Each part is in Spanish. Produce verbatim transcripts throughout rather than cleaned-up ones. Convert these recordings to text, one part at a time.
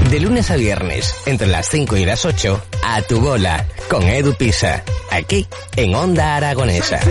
De lunes a viernes, entre las cinco y las ocho, a tu bola, con Edu Pisa, aquí, en Onda Aragonesa.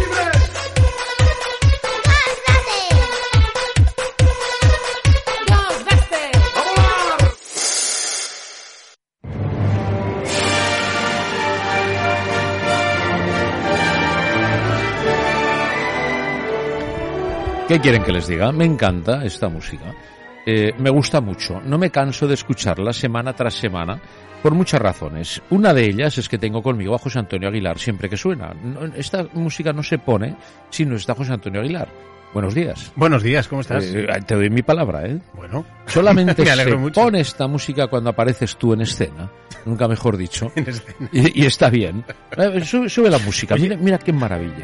¿Qué quieren que les diga? Me encanta esta música. Eh, me gusta mucho. No me canso de escucharla semana tras semana por muchas razones. Una de ellas es que tengo conmigo a José Antonio Aguilar siempre que suena. No, esta música no se pone si no está José Antonio Aguilar. Buenos días. Buenos días, ¿cómo estás? Eh, te doy mi palabra, ¿eh? Bueno. Solamente me alegro se mucho. pone esta música cuando apareces tú en escena. Nunca mejor dicho. En escena. Y, y está bien. Eh, sube, sube la música. Mira, mira qué maravilla.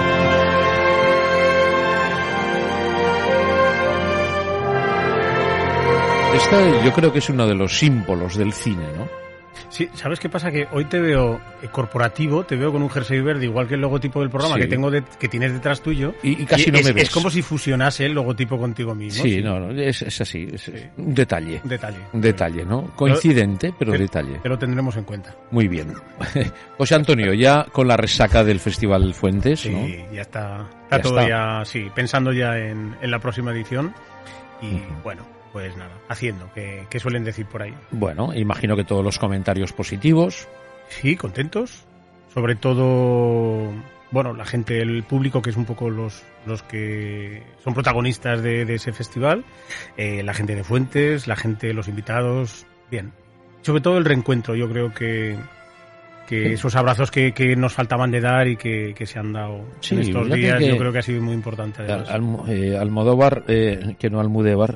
Esta yo creo que es uno de los símbolos del cine, ¿no? Sí, ¿sabes qué pasa? Que hoy te veo corporativo, te veo con un jersey verde, igual que el logotipo del programa Sí. que tengo de, que tienes detrás tuyo. Y, y casi y no es, me ves. Es como si fusionase el logotipo contigo mismo. Sí, no, no es, es así, es Sí. un detalle. Un detalle. Un detalle, ¿no? Coincidente, pero Te- detalle. Te lo tendremos en cuenta. Muy bien. José Antonio, ya con la resaca del Festival Fuentes, Sí, ¿no? ya está. Está Ya todo está. ya, sí, pensando ya en, en la próxima edición. Y Ujú. bueno, pues nada, haciendo, que, que suelen decir por ahí. Bueno, imagino que todos los comentarios positivos. Sí, contentos. Sobre todo, bueno, la gente, el público, que es un poco los, los que son protagonistas de, de ese festival. Eh, la gente de Fuentes, la gente, los invitados. Bien. Sobre todo el reencuentro, yo creo que, que esos abrazos que, que nos faltaban de dar y que, que se han dado Sí, en estos fíjate días, que- yo creo que ha sido muy importante. además. Al, eh, Almodóvar, eh, que no Almudévar,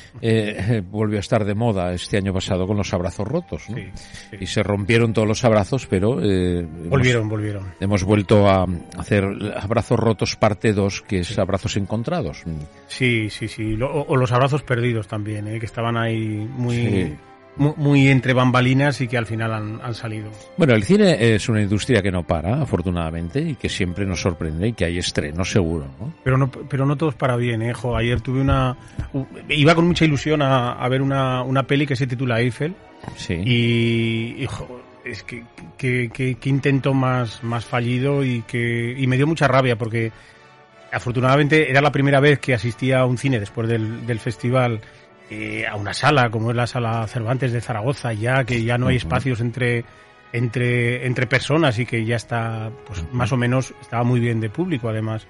eh, volvió a estar de moda este año pasado con los abrazos rotos, ¿no? Sí, sí. Y se rompieron todos los abrazos, pero eh, Volvieron, volvieron. hemos, hemos vuelto a hacer abrazos rotos parte dos, que es abrazos encontrados. Sí, sí, sí. Lo- o, o los abrazos perdidos también, ¿eh? Que estaban ahí muy, Sí. muy, muy entre bambalinas y que al final han, han salido. Bueno, el cine es una industria que no para, afortunadamente, y que siempre nos sorprende y que hay estrenos seguro, ¿no? Pero no, pero no todo es para bien, ¿eh? Jo, ayer tuve una... u- Iba con mucha ilusión a, a ver una, una peli que se titula Eiffel Sí. y, y, jo, es que, que, que, que intento más, más fallido y que y me dio mucha rabia porque afortunadamente era la primera vez que asistía a un cine después del, del festival, eh, a una sala como es la Sala Cervantes de Zaragoza, ya que ya no hay Ujú. espacios entre entre entre personas y que ya está, pues más o menos estaba muy bien de público además.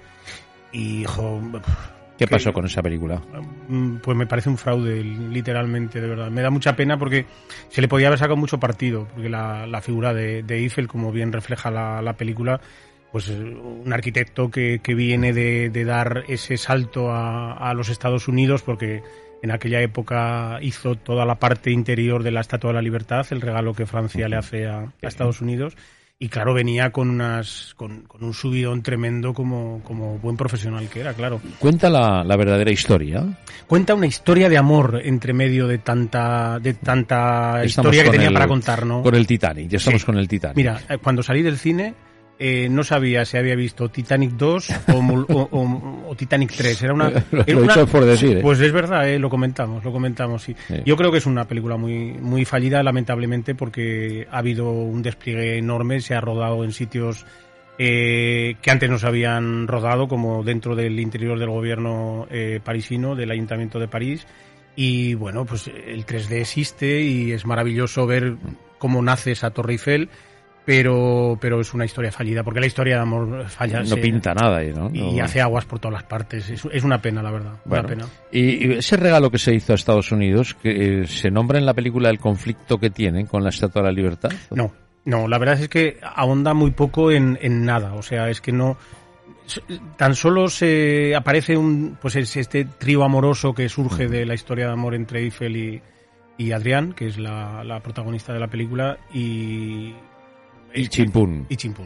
Y jo, ¿Qué que- pasó con esa película? Mm, Pues me parece un fraude, literalmente, de verdad. Me da mucha pena porque se le podía haber sacado mucho partido, porque la, la figura de, de Eiffel, como bien refleja la, la película, pues eh, un arquitecto que, que viene de, de dar ese salto a, a los Estados Unidos, porque en aquella época hizo toda la parte interior de la Estatua de la Libertad, el regalo que Francia le hace a, a Estados Unidos. Y claro, venía con unas con, con un subidón tremendo como, como buen profesional que era, claro. Cuenta la, la verdadera historia. Cuenta una historia de amor entre medio de tanta de tanta Estamos historia que con tenía el- para contar, ¿no? Con el Titanic, ya estamos Sí. con el Titanic. Mira, eh, cuando salí del cine eh, no sabía si había visto Titanic dos o, Mul- o, o- o Titanic tres. Era una, Lo era he una- dicho por decir, ¿eh? Pues es verdad, eh, lo comentamos, lo comentamos, sí. Sí. Yo creo que es una película muy muy fallida, lamentablemente, porque ha habido un despliegue enorme, se ha rodado en sitios eh, que antes no se habían rodado, como dentro del interior del gobierno eh, parisino, del Ayuntamiento de París. Y bueno, pues el tres D existe y es maravilloso ver cómo nace esa Torre Eiffel, pero pero es una historia fallida, porque la historia de amor falla. No se- pinta nada ahí, ¿no? Y No. hace aguas por todas las partes. Es, es una pena, la verdad. Bueno, una pena. y, y ese regalo que se hizo a Estados Unidos, que eh, se nombra en la película el conflicto que tienen con la Estatua de la Libertad. No, no, la verdad es que ahonda muy poco en, en nada. O sea, es que no. Tan solo se aparece un pues es este trío amoroso que surge de la historia de amor entre Eiffel y, y Adrián, que es la, la protagonista de la película, y. Y chimpún. Y chimpún.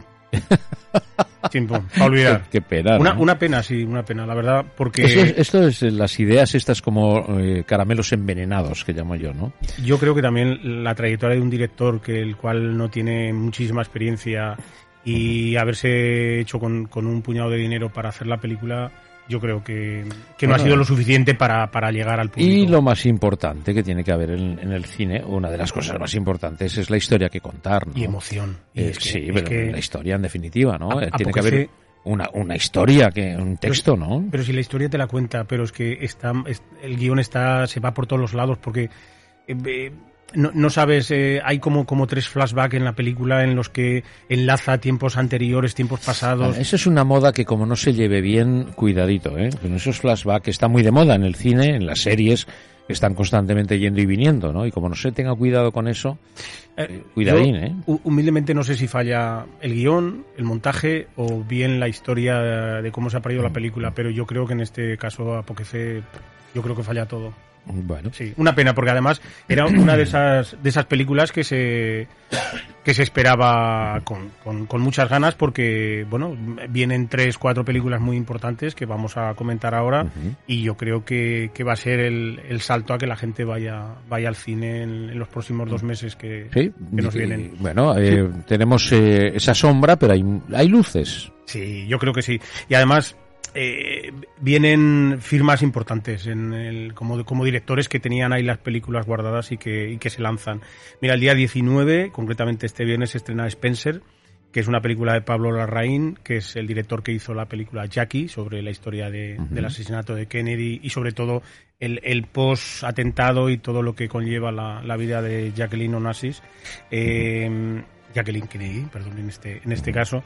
Chimpún, para olvidar. Qué, qué pena, Una, ¿no? una pena, sí, una pena, la verdad, porque Esto es, esto es, eh, las ideas estas como eh, caramelos envenenados, que llamo yo, ¿no? yo creo que también la trayectoria de un director que el cual no tiene muchísima experiencia y haberse hecho con, con un puñado de dinero para hacer la película, yo creo que, que no bueno, ha sido lo suficiente para, para llegar al público. Y lo más importante que tiene que haber en, en el cine, una de las cosas más importantes es la historia que contar, ¿no? Y emoción. Y eh, es que, sí, es pero que la historia en definitiva, ¿no? A, Eh, tiene que apócrife, haber una, una historia, que un texto, pero, ¿no? Pero si la historia te la cuenta, pero es que está, es, el guión está, se va por todos los lados porque... Eh, No, no sabes, eh, hay como, como tres flashbacks en la película en los que enlaza tiempos anteriores, tiempos pasados. Vale, eso es una moda que como no se lleve bien, cuidadito, ¿eh? Con esos flashbacks está muy de moda en el cine, en las series, que están constantemente yendo y viniendo, ¿no? Y como no se tenga cuidado con eso, eh, cuidadín, Yo, ¿eh? Humildemente no sé si falla el guión, el montaje o bien la historia de cómo se ha parido la película, pero yo creo que en este caso Apócrife, yo creo que falla todo. Bueno. Sí, una pena, porque además era una de esas de esas películas que se que se esperaba con, con, con muchas ganas, porque bueno, vienen tres, cuatro películas muy importantes que vamos a comentar ahora, uh-huh. y yo creo que, que va a ser el, el salto a que la gente vaya vaya al cine en, en los próximos dos meses que, sí, que nos vienen. Bueno, eh, sí. tenemos eh, esa sombra, pero hay, hay luces. Sí, yo creo que sí. Y además Eh, vienen firmas importantes en el, como, como directores que tenían ahí las películas guardadas y que, y que se lanzan. Mira, el día diecinueve, concretamente este viernes, se estrena Spencer, que es una película de Pablo Larraín, que es el director que hizo la película Jackie, sobre la historia de, uh-huh. del asesinato de Kennedy y sobre todo el, el post-atentado y todo lo que conlleva la, la vida de Jacqueline Onassis. Eh, Jacqueline Kennedy, perdón, en este, en este caso.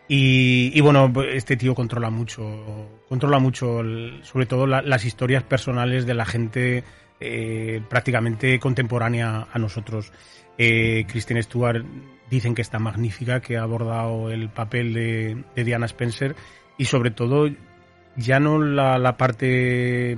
Y, y bueno, este tío controla mucho, controla mucho, el, sobre todo la, las historias personales de la gente eh, prácticamente contemporánea a nosotros. Eh, Kristen Stewart dicen que está magnífica, que ha abordado el papel de, de Diana Spencer y sobre todo ya no la, la parte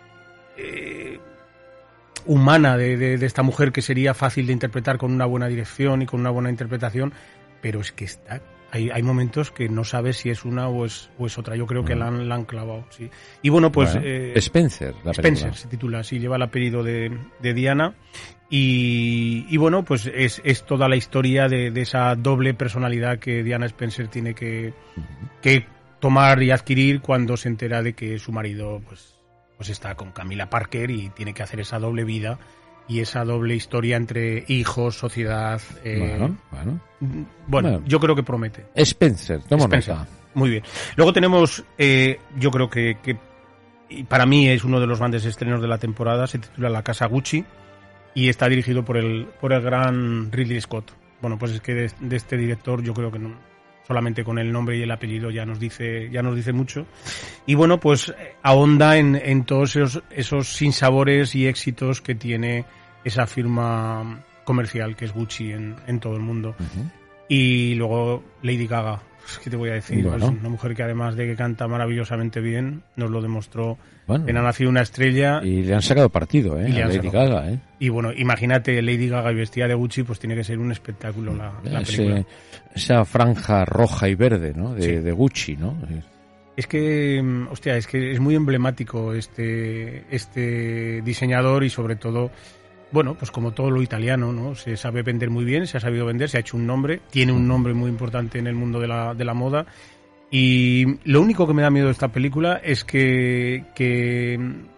eh, humana de, de, de esta mujer, que sería fácil de interpretar con una buena dirección y con una buena interpretación, pero es que está... Hay, hay momentos que no sabes si es una o es, o es otra. Yo creo que la han, la han clavado, sí. Y bueno, pues... Bueno, eh, Spencer, la Spencer película. se titula, así, lleva el apellido de, de Diana. Y, y bueno, pues es, es toda la historia de, de esa doble personalidad que Diana Spencer tiene que, uh-huh. que tomar y adquirir cuando se entera de que su marido pues, pues está con Camila Parker y tiene que hacer esa doble vida. Y esa doble historia entre hijos, sociedad... Eh, bueno, bueno. bueno, bueno, yo creo que promete. Spencer, toma Spencer. nota. Muy bien. Luego tenemos, eh, yo creo que, que para mí es uno de los grandes estrenos de la temporada, se titula La Casa Gucci y está dirigido por el, por el gran Ridley Scott. Bueno, pues es que de, de este director yo creo que no, solamente con el nombre y el apellido ya nos dice, ya nos dice mucho. Y bueno, pues ahonda en, en todos esos, esos sinsabores y éxitos que tiene esa firma comercial que es Gucci en, en todo el mundo. Uh-huh. Y luego Lady Gaga, pues, ¿qué te voy a decir? Bueno. Pues una mujer que además de que canta maravillosamente bien, nos lo demostró bueno. en Ha nacido una estrella. Y le han sacado partido, ¿eh? Y le a han Lady sacado. Gaga, ¿eh? Y bueno, imagínate Lady Gaga y vestida de Gucci, pues tiene que ser un espectáculo la, la Ese, película. Esa franja roja y verde, ¿no? De, sí. de Gucci, ¿no? Es que, hostia, es que es muy emblemático este, este diseñador y sobre todo, bueno, pues como todo lo italiano, ¿no? Se sabe vender muy bien, se ha sabido vender, se ha hecho un nombre, tiene un nombre muy importante en el mundo de la, de la moda. Y lo único que me da miedo de esta película es que, que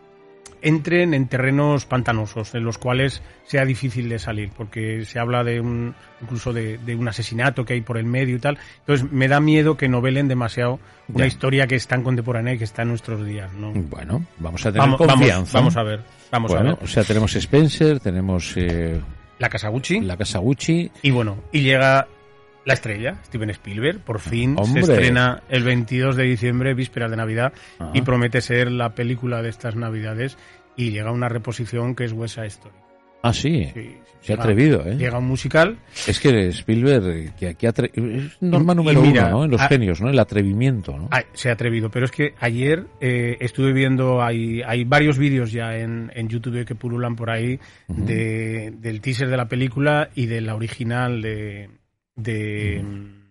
entren en terrenos pantanosos, en los cuales sea difícil de salir, porque se habla de un, incluso de, de un asesinato que hay por el medio y tal. Entonces me da miedo que novelen demasiado una ya. historia que es tan contemporánea y que está en nuestros días, ¿no? Bueno, vamos a tener vamos, confianza. Vamos, vamos a ver, vamos bueno, a ver. O sea, tenemos Spencer, tenemos eh, La Casa Gucci. La Casa Gucci. Y bueno, y llega la estrella, Steven Spielberg, por fin ¡Hombre! Se estrena el veintidós de diciembre, vísperas de Navidad, Ajá. y promete ser la película de estas Navidades, y llega una reposición que es West Side Story. Ah, sí, sí, sí se ha llega, atrevido, ¿eh? Llega un musical. Es que Spielberg, que aquí atre... es norma número mira, uno, ¿no? En los a... genios, ¿no? El atrevimiento, ¿no? Ah, se ha atrevido, pero es que ayer eh, estuve viendo, hay, hay varios vídeos ya en, en YouTube que pululan por ahí, uh-huh. de, del teaser de la película y de la original de... de uh-huh.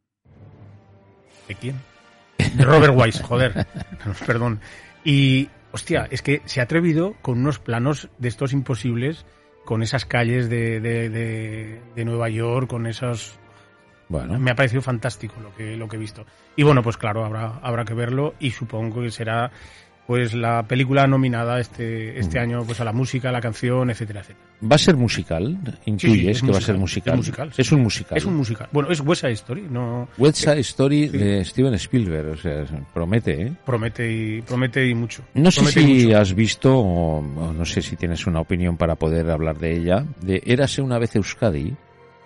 ¿De quién? De Robert Wise, joder, perdón. Y, hostia, es que se ha atrevido con unos planos de estos imposibles, con esas calles de, de, de, de Nueva York, con esos... Bueno. Me ha parecido fantástico lo que, lo que he visto. Y bueno, pues claro, habrá, habrá que verlo y supongo que será pues la película nominada este, este mm. año pues a la música, a la canción, etcétera, etcétera. ¿Va a ser musical? ¿Intuyes sí, sí, que musical, va a ser musical? Es musical. Sí. Es un musical. Es un musical. Bueno, es West Side Story, no... West Side Story sí. de Steven Spielberg, o sea, promete, ¿eh? Promete y, promete y mucho. No sé promete si mucho. has visto, o, o no sé si tienes una opinión para poder hablar de ella, de Érase una vez Euskadi.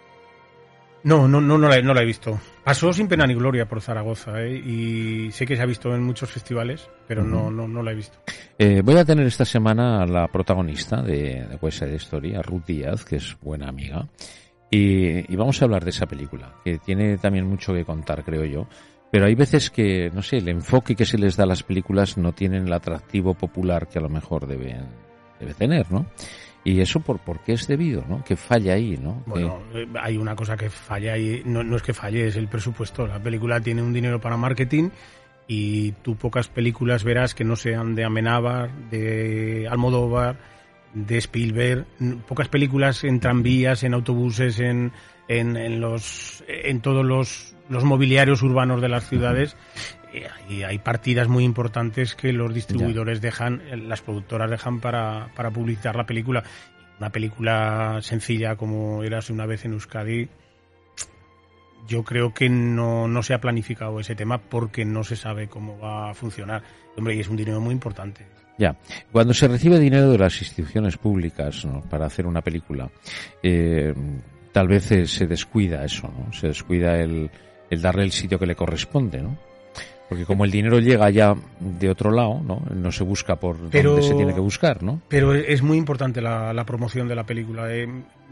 No, no, no, no la, no la he visto. Pasó sin pena ni gloria por Zaragoza, ¿eh? Y sé que se ha visto en muchos festivales, pero uh-huh. no, no, no la he visto. Eh, voy a tener esta semana a la protagonista de, de West Side Story, a Ruth Díaz, que es buena amiga, y, y vamos a hablar de esa película, que tiene también mucho que contar, creo yo. Pero hay veces que, no sé, el enfoque que se les da a las películas no tienen el atractivo popular que a lo mejor deben, debe tener, ¿no? Y eso por, por qué es debido, ¿no? Que falla ahí, ¿no? Bueno, que... hay una cosa que falla ahí, no, no es que falle, es el presupuesto. La película tiene un dinero para marketing y tú pocas películas verás que no sean de Amenábar, de Almodóvar, de Spielberg, pocas películas en tranvías, en autobuses, en, en, en los, en todos los, los mobiliarios urbanos de las ciudades. Y hay partidas muy importantes que los distribuidores ya. dejan, las productoras dejan para, para publicitar la película. Una película sencilla como Érase una vez en Euskadi, yo creo que no, no se ha planificado ese tema porque no se sabe cómo va a funcionar. Hombre, y es un dinero muy importante. Ya, cuando se recibe dinero de las instituciones públicas, ¿no?, para hacer una película, eh, tal vez eh, se descuida eso, ¿no? Se descuida el, el darle el sitio que le corresponde, ¿no? Porque como el dinero llega ya de otro lado, ¿no? No se busca por pero, donde se tiene que buscar, ¿no? Pero es muy importante la, la promoción de la película. Eh,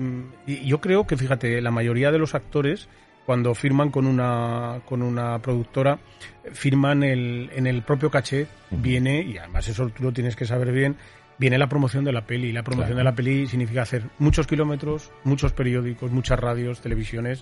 y yo creo que, fíjate, la mayoría de los actores, cuando firman con una con una productora, firman el, en el propio caché, uh-huh. viene, y además eso tú lo tienes que saber bien, viene la promoción de la peli. La promoción claro. de la peli significa hacer muchos kilómetros, muchos periódicos, muchas radios, televisiones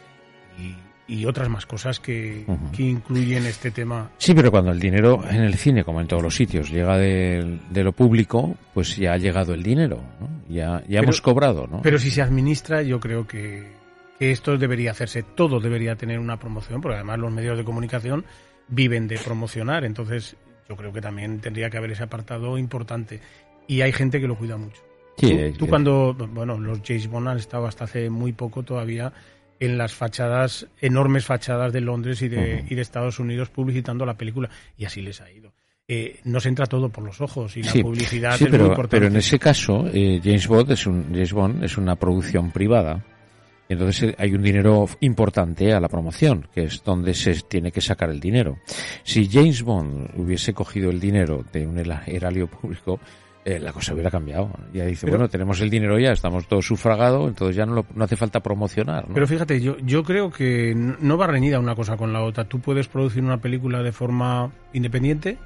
y... y otras más cosas que, uh-huh. que incluyen este tema. Sí, pero cuando el dinero en el cine, como en todos los sitios, llega de, de lo público, pues ya ha llegado el dinero, ¿no? Ya, ya pero, hemos cobrado, ¿no? Pero si se administra, yo creo que, que esto debería hacerse, todo debería tener una promoción, porque además los medios de comunicación viven de promocionar, entonces yo creo que también tendría que haber ese apartado importante. Y hay gente que lo cuida mucho. Sí, tú, es, tú cuando, bueno, los James Bond han estado hasta hace muy poco todavía en las fachadas, enormes fachadas de Londres y de, uh-huh. y de Estados Unidos publicitando la película, y así les ha ido. Eh, nos entra todo por los ojos y la sí, publicidad sí, es pero, muy importante. pero en ese caso, eh, James Bond es un James Bond es una producción privada, entonces hay un dinero importante a la promoción, que es donde se tiene que sacar el dinero. Si James Bond hubiese cogido el dinero de un erario público, Eh, la cosa hubiera cambiado. Ya dice, pero, bueno, tenemos el dinero ya, estamos todos sufragados, entonces ya no, lo, no hace falta promocionar, ¿no? Pero fíjate, yo, yo creo que no va reñida una cosa con la otra. Tú puedes producir una película de forma independiente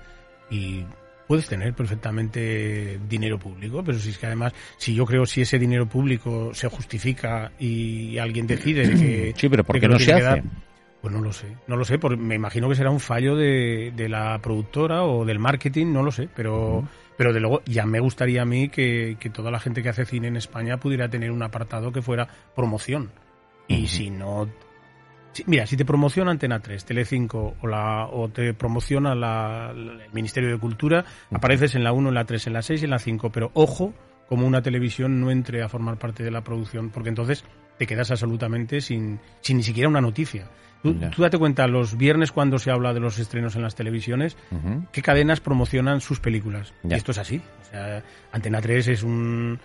y puedes tener perfectamente dinero público, pero si es que además, si yo creo si ese dinero público se justifica y alguien decide de que... Sí, pero ¿por qué que no se hace? Dar, pues no lo sé, no lo sé, porque me imagino que será un fallo de, de la productora o del marketing, no lo sé, pero... Uh-huh. Pero de luego ya me gustaría a mí que, que toda la gente que hace cine en España pudiera tener un apartado que fuera promoción. Y uh-huh. si no... Si, mira, si te promociona Antena tres, Telecinco o, la, o te promociona la, la, el Ministerio de Cultura, uh-huh. apareces en la uno, en la tres, en la seis y en la cinco. Pero ojo, como una televisión no entre a formar parte de la producción, porque entonces te quedas absolutamente sin, sin ni siquiera una noticia. Tú, yeah. tú date cuenta, los viernes cuando se habla de los estrenos en las televisiones, uh-huh. ¿qué cadenas promocionan sus películas? Yeah. Y esto es así. O sea, Antena tres es un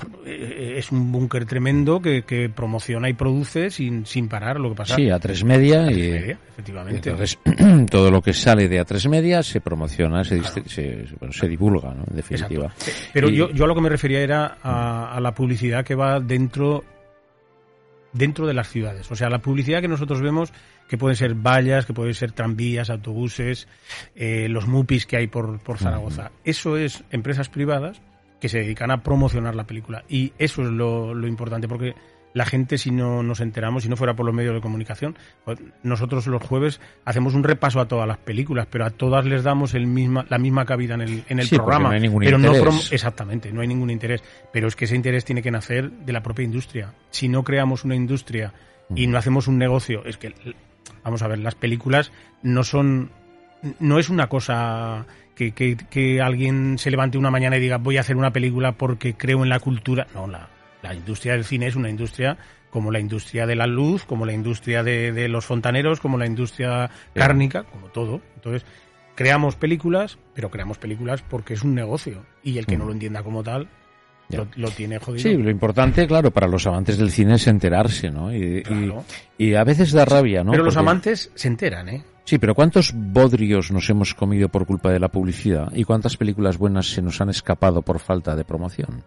es un búnker tremendo que, que promociona y produce sin, sin parar, lo que pasa. Sí, A tres Media. A y, tres Media, efectivamente. Entonces, todo lo que sale de A tres Media se promociona, se, claro. se, bueno, se divulga, ¿no? En definitiva. Exacto. Pero y, yo, yo a lo que me refería era a, a la publicidad que va dentro... dentro de las ciudades. O sea, la publicidad que nosotros vemos, que pueden ser vallas, que pueden ser tranvías, autobuses, eh, los mupis que hay por, por Zaragoza. Uh-huh. Eso es empresas privadas que se dedican a promocionar la película. Y eso es lo, lo importante, porque la gente, si no nos enteramos, si no fuera por los medios de comunicación, pues nosotros los jueves hacemos un repaso a todas las películas, pero a todas les damos el misma, la misma cabida en el, en el sí, programa. No hay ningún pero interés. No prom- exactamente, no hay ningún interés. Pero es que ese interés tiene que nacer de la propia industria. Si no creamos una industria y no hacemos un negocio. Es que, vamos a ver, las películas no son... No es una cosa que, que, que alguien se levante una mañana y diga voy a hacer una película porque creo en la cultura. No, la, la industria del cine es una industria como la industria de la luz, como la industria de, de los fontaneros, como la industria cárnica, como todo. Entonces, creamos películas, pero creamos películas porque es un negocio. Y el que no lo entienda como tal... Lo, lo tiene jodido. Sí, lo importante, claro, para los amantes del cine es enterarse, ¿no? Y, claro. y, y a veces da rabia, ¿no? Pero los Porque... amantes se enteran, ¿eh? Sí, pero ¿cuántos bodrios nos hemos comido por culpa de la publicidad? ¿Y cuántas películas buenas se nos han escapado por falta de promoción?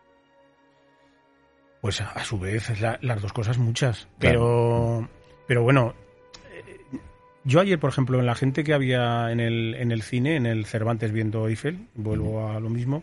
Pues a, a su vez, la, las dos cosas muchas. Claro. Pero, pero bueno, eh, yo ayer, por ejemplo, en la gente que había en el, en el cine, en el Cervantes viendo Eiffel, vuelvo a lo mismo,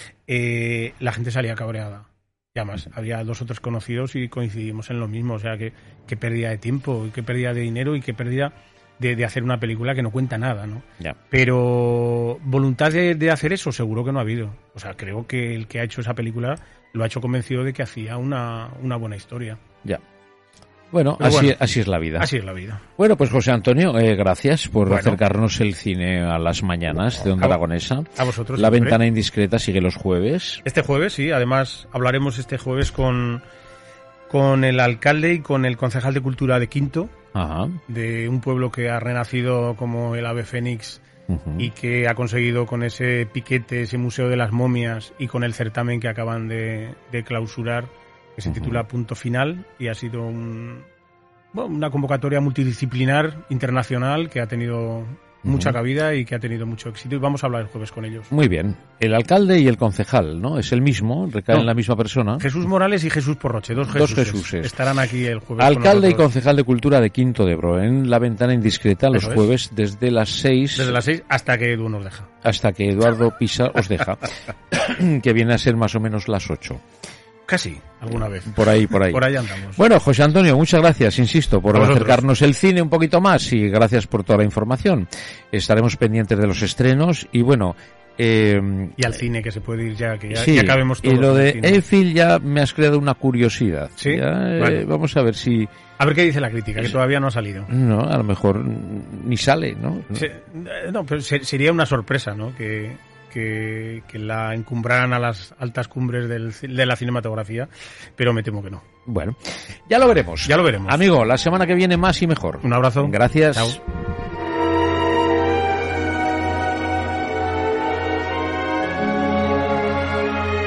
eh, la gente salía cabreada. Y además, había dos o tres conocidos y coincidimos en lo mismo. O sea, que, que pérdida de tiempo, que pérdida de dinero y que pérdida de, de hacer una película que no cuenta nada, ¿no? Ya. Pero voluntad de, de hacer eso seguro que no ha habido. O sea, creo que el que ha hecho esa película lo ha hecho convencido de que hacía una, una buena historia. Ya. Bueno, Pero así, bueno, así es la vida. Así es la vida. Bueno, pues José Antonio, eh, gracias por Bueno. acercarnos el cine a las mañanas de Onda A- Aragonesa. A vosotros. La siempre. Ventana Indiscreta sigue los jueves. Este jueves, sí. Además, hablaremos este jueves con, con el alcalde y con el concejal de Cultura de Quinto, Ajá. de un pueblo que ha renacido como el ave fénix Ujú. y que ha conseguido con ese piquete, ese Museo de las Momias y con el certamen que acaban de, de clausurar, que se Ujú. titula Punto Final, y ha sido un, bueno, una convocatoria multidisciplinar internacional que ha tenido mucha cabida y que ha tenido mucho éxito, y vamos a hablar el jueves con ellos. Muy bien. El alcalde y el concejal, ¿no? Es el mismo, recae No. en la misma persona. Jesús Morales y Jesús Porroche, dos Dos Jesuses. Jesuses. Estarán aquí el jueves. Alcalde y con nosotros concejal de Cultura de Quinto de Ebro, en La Ventana Indiscreta, los Eso es. jueves desde las seis desde las seis hasta que Edu nos deja. hasta que Eduardo Pisa os deja, que viene a ser más o menos las ocho. Casi, alguna vez. Por ahí, por ahí. Por ahí andamos. Bueno, José Antonio, muchas gracias, insisto, por A vosotros. acercarnos el cine un poquito más y gracias por toda la información. Estaremos pendientes de los estrenos y bueno... Eh, Y al cine, que se puede ir ya, que ya, sí, ya acabemos todo. y lo con el de cine. Eiffel ya me has creado una curiosidad. ¿Sí? Ya, eh, Vale. Vamos a ver si... A ver qué dice la crítica, que todavía no ha salido. No, a lo mejor mm, ni sale, ¿no? Se- eh, no, pero se- sería una sorpresa, ¿no? Que, que, que la encumbraran a las altas cumbres del, ci- de la cinematografía, pero me temo que no. Bueno, ya lo veremos. Ya lo veremos. Amigo, la semana que viene más y mejor. Un abrazo. Gracias. Chao.